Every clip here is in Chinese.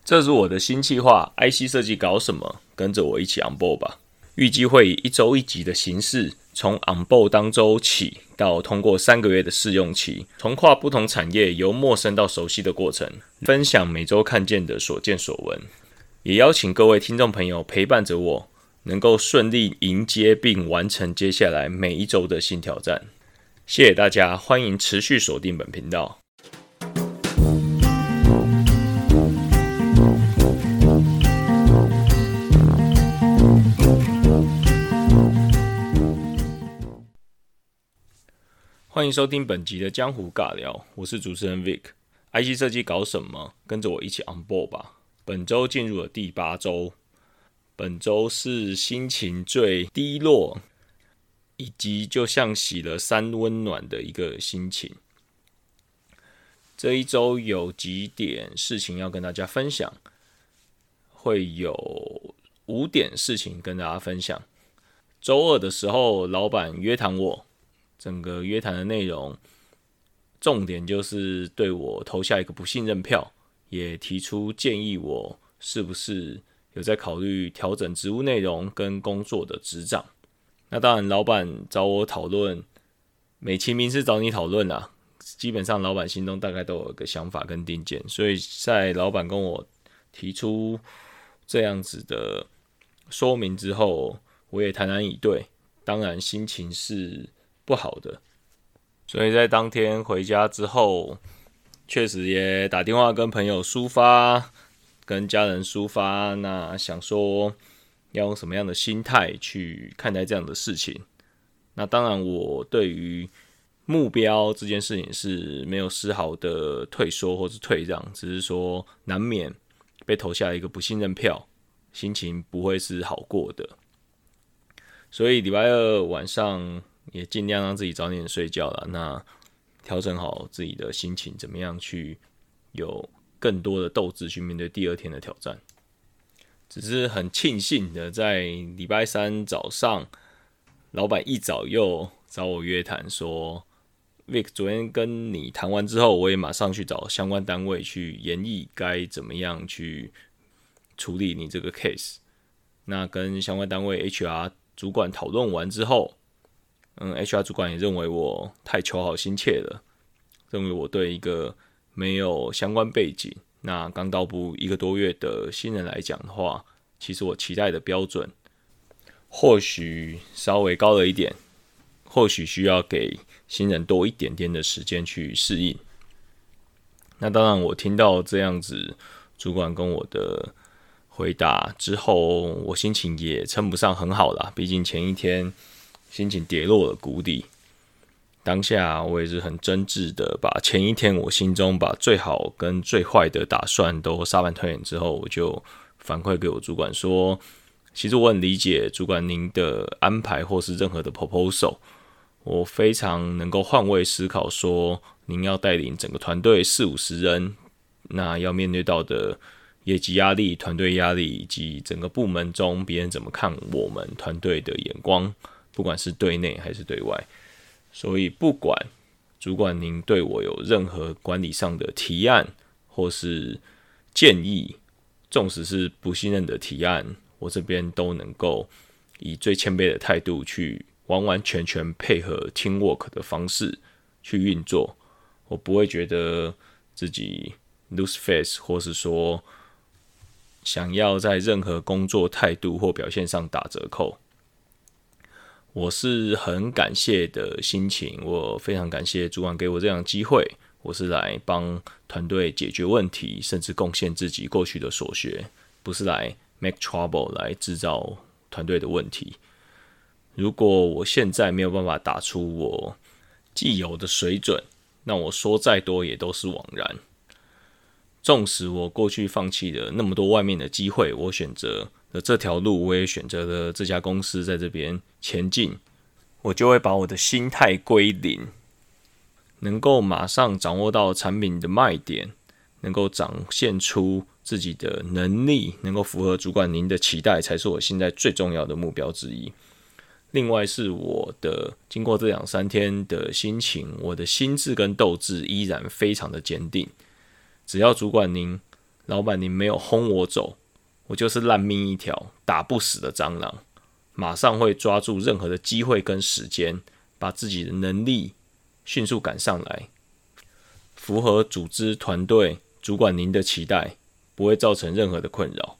这是我的新企划 IC 设计搞什么？跟着我一起 on board 吧。预计会以1周1集的形式，从 on board 当周起到通过3个月的试用期，从跨不同产业由陌生到熟悉的过程，分享每周看见的所见所闻，也邀请各位听众朋友陪伴着我，能够顺利迎接并完成接下来每一周的新挑战。谢谢大家，欢迎持续锁定本频道。欢迎收听本集的江湖尬聊，我是主持人 Vic。IC 设计搞什么？跟着我一起 on board 吧。本周进入了第8周，本周是心情最低落，以及就像洗了3温暖的一个心情。这一周有几点事情要跟大家分享，会有5点事情跟大家分享。周2的时候，老板约谈我。整个约谈的内容，重点就是对我投下一个不信任票，也提出建议我是不是有在考虑调整职务内容跟工作的职掌。那当然，老板找我讨论，美其名是找你讨论啦，基本上老板心中大概都有一个想法跟定见，所以在老板跟我提出这样子的说明之后，我也坦然以对，当然心情是不好的，所以在当天回家之后，确实也打电话跟朋友抒发，跟家人抒发，那想说要用什么样的心态去看待这样的事情。那当然，我对于目标这件事情是没有丝毫的退缩或是退让，只是说难免被投下一个不信任票，心情不会是好过的。所以礼拜2晚上也尽量让自己早点睡觉啦，那调整好自己的心情，怎么样去有更多的斗志去面对第2天的挑战。只是很庆幸的，在礼拜3早上，老板一早又找我约谈说 Vic 昨天跟你谈完之后，我也马上去找相关单位去研议该怎么样去处理你这个 case。 那跟相关单位 HR 主管讨论完之后，HR 主管也认为我太求好心切了，认为我对一个没有相关背景，那刚到部1个多月的新人来讲的话，其实我期待的标准或许稍微高了一点，或许需要给新人多一点点的时间去适应。那当然，我听到这样子主管跟我的回答之后，我心情也称不上很好啦，毕竟前一天心情跌落了谷底，当下我也是很真挚的把前一天我心中把最好跟最坏的打算都沙盘推演之后，我就反馈给我主管说，其实我很理解主管您的安排或是任何的 proposal， 我非常能够换位思考说，您要带领整个团队40-50人，那要面对到的业绩压力、团队压力以及整个部门中别人怎么看我们团队的眼光，不管是对内还是对外。所以不管主管您对我有任何管理上的提案或是建议，纵使是不信任的提案，我这边都能够以最谦卑的态度去完完全全配合 teamwork 的方式去运作。我不会觉得自己 lose face， 或是说想要在任何工作态度或表现上打折扣。我是很感谢的心情，我非常感谢主管给我这样的机会，我是来帮团队解决问题，甚至贡献自己过去的所学，不是来 make trouble 来制造团队的问题。如果我现在没有办法打出我既有的水准，那我说再多也都是枉然。纵使我过去放弃了那么多外面的机会，我选择了这条路，我也选择了这家公司在这边前进，我就会把我的心态归零，能够马上掌握到产品的卖点，能够展现出自己的能力，能够符合主管您的期待，才是我现在最重要的目标之一。另外是我的经过这2-3天的心情，我的心智跟斗志依然非常的坚定。只要主管您老板您没有轰我走，我就是烂命一条，打不死的蟑螂，马上会抓住任何的机会跟时间，把自己的能力迅速赶上来，符合组织团队主管您的期待，不会造成任何的困扰。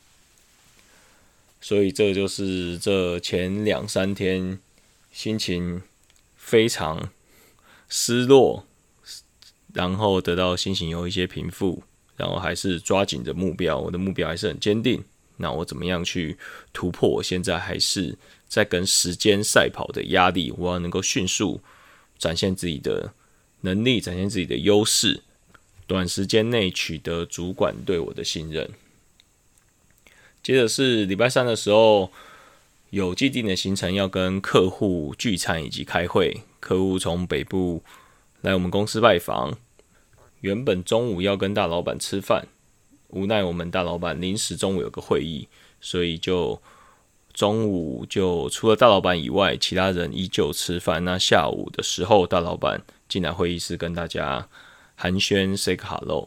所以这就是这前2-3天心情非常失落，然后得到心情有一些平复，然后还是抓紧着目标，我的目标还是很坚定。那我怎么样去突破我现在还是在跟时间赛跑的压力？我要能够迅速展现自己的能力，展现自己的优势，短时间内取得主管对我的信任。接着是礼拜3的时候，有既定的行程要跟客户聚餐以及开会。客户从北部来我们公司拜访，原本中午要跟大老板吃饭，无奈我们大老板临时中午有个会议，所以就中午就除了大老板以外，其他人依旧吃饭。那下午的时候，大老板进来会议室跟大家寒暄 say hello。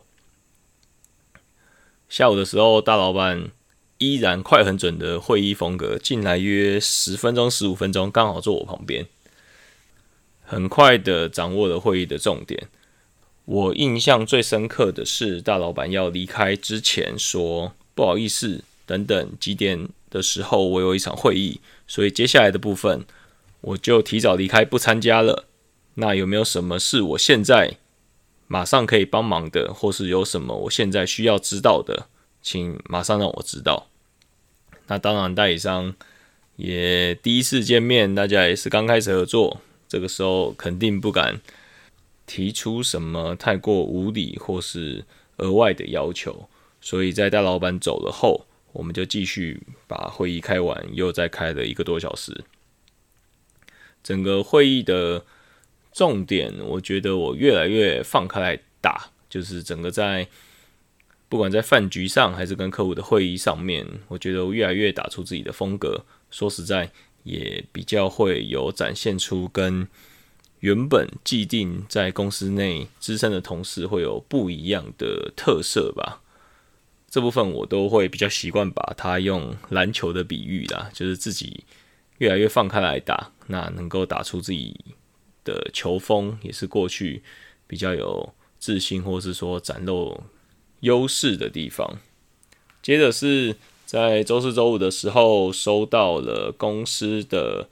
下午的时候，大老板依然快很准的会议风格，进来约10分钟、15分钟，刚好坐我旁边，很快的掌握了会议的重点。我印象最深刻的是，大老板要离开之前说不好意思，等等几点的时候我有一场会议，所以接下来的部分我就提早离开不参加了。那有没有什么是我现在马上可以帮忙的，或是有什么我现在需要知道的，请马上让我知道。那当然代理商也第一次见面，大家也是刚开始合作，这个时候肯定不敢提出什么太过无理或是额外的要求，所以在大老板走了后，我们就继续把会议开完，又再开了1个多小时。整个会议的重点，我觉得我越来越放开来打，就是整个在不管在饭局上还是跟客户的会议上面，我觉得我越来越打出自己的风格。说实在，也比较会有展现出跟原本既定在公司内资深的同事会有不一样的特色吧。这部分我都会比较习惯把它用篮球的比喻啦，就是自己越来越放开来打，那能够打出自己的球风，也是过去比较有自信或是说展露优势的地方。接着是在周4、周5的时候，收到了公司的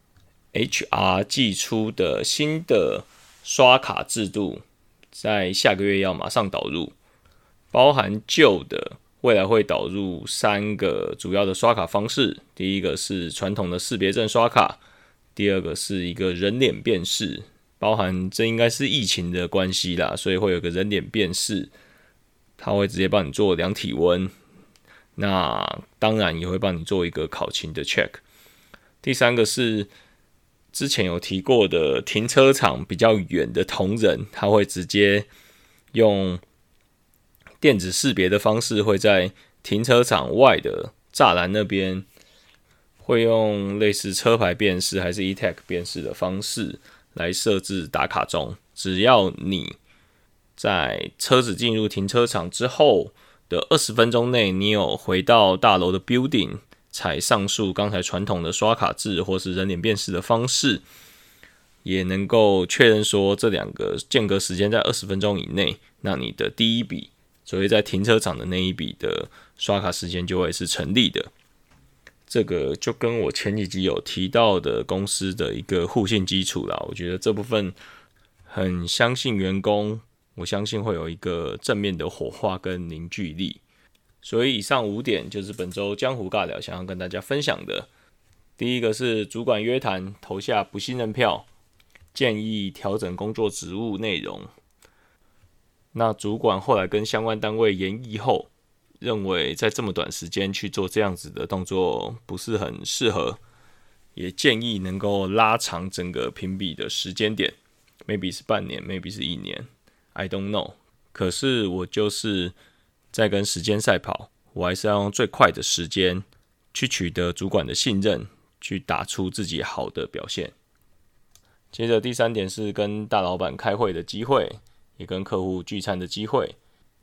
HR 寄出的新的刷卡制度，在下个月要马上导入，包含旧的未来会导入3个主要的刷卡方式。第一个是传统的识别证刷卡，第二个是一个人脸辨识，包含这应该是疫情的关系啦，所以会有个人脸辨识，它会直接帮你做量体温，那当然也会帮你做一个考勤的 check。 第3个是之前有提过的停车场比较远的同仁，他会直接用电子识别的方式，会在停车场外的栅栏那边会用类似车牌辨识还是 eTag 辨识的方式来设置打卡钟。只要你在车子进入停车场之后的20分钟内，你有回到大楼的 building， 采上述刚才传统的刷卡制或是人脸辨识的方式，也能够确认说这2个间隔时间在20分钟以内，那你的第一笔所以在停车场的那一笔的刷卡时间就会是成立的。这个就跟我前几集有提到的公司的一个互信基础啦，我觉得这部分很相信员工，我相信会有一个正面的火花跟凝聚力。所以以上5点就是本周江湖尬聊想要跟大家分享的。第一个是主管约谈投下不信任票，建议调整工作职务内容。那主管后来跟相关单位研议后，认为在这么短时间去做这样子的动作不是很适合，也建议能够拉长整个评比的时间点， maybe 是半年 maybe 是1年 I don't know。 可是我就是在跟时间赛跑，我还是要用最快的时间去取得主管的信任，去打出自己好的表现。接着第3点是跟大老板开会的机会，也跟客户聚餐的机会。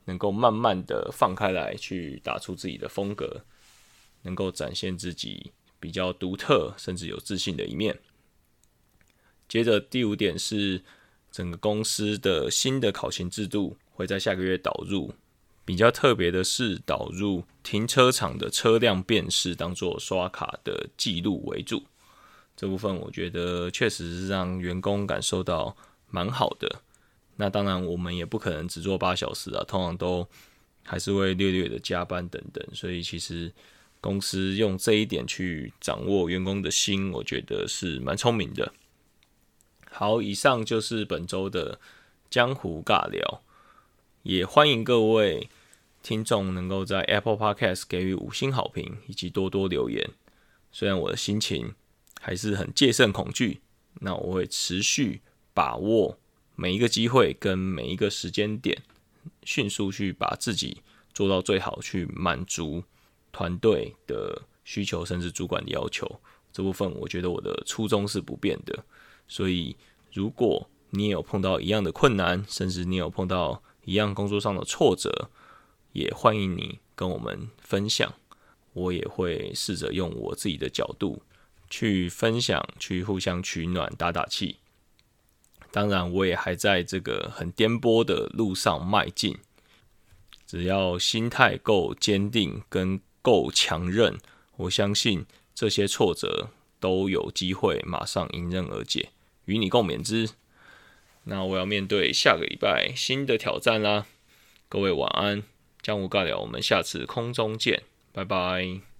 能够慢慢的放开来，去打出自己的风格，能够展现自己比较独特甚至有自信的一面。接着第5点是整个公司的新的考勤制度会在下个月导入，比较特别的是导入停车场的车辆辨识当作刷卡的记录为主，这部分我觉得确实是让员工感受到蛮好的。那当然我们也不可能只做8小时啊，通常都还是会略略的加班等等，所以其实公司用这一点去掌握员工的心，我觉得是蛮聪明的。好，以上就是本周的江湖尬聊，也欢迎各位听众能够在 Apple Podcast 给予5星好评，以及多多留言。虽然我的心情还是很戒慎恐惧，那我会持续把握每一个机会跟每一个时间点，迅速去把自己做到最好，去满足团队的需求，甚至主管的要求。这部分我觉得我的初衷是不变的。所以如果你也有碰到一样的困难，甚至你有碰到一样工作上的挫折，也欢迎你跟我们分享，我也会试着用我自己的角度去分享，去互相取暖打打气。当然我也还在这个很颠簸的路上迈进，只要心态够坚定跟够强韧，我相信这些挫折都有机会马上迎刃而解，与你共勉之。那我要面对下个礼拜新的挑战啦，各位晚安，江湖尬聊，我们下次空中见，拜拜。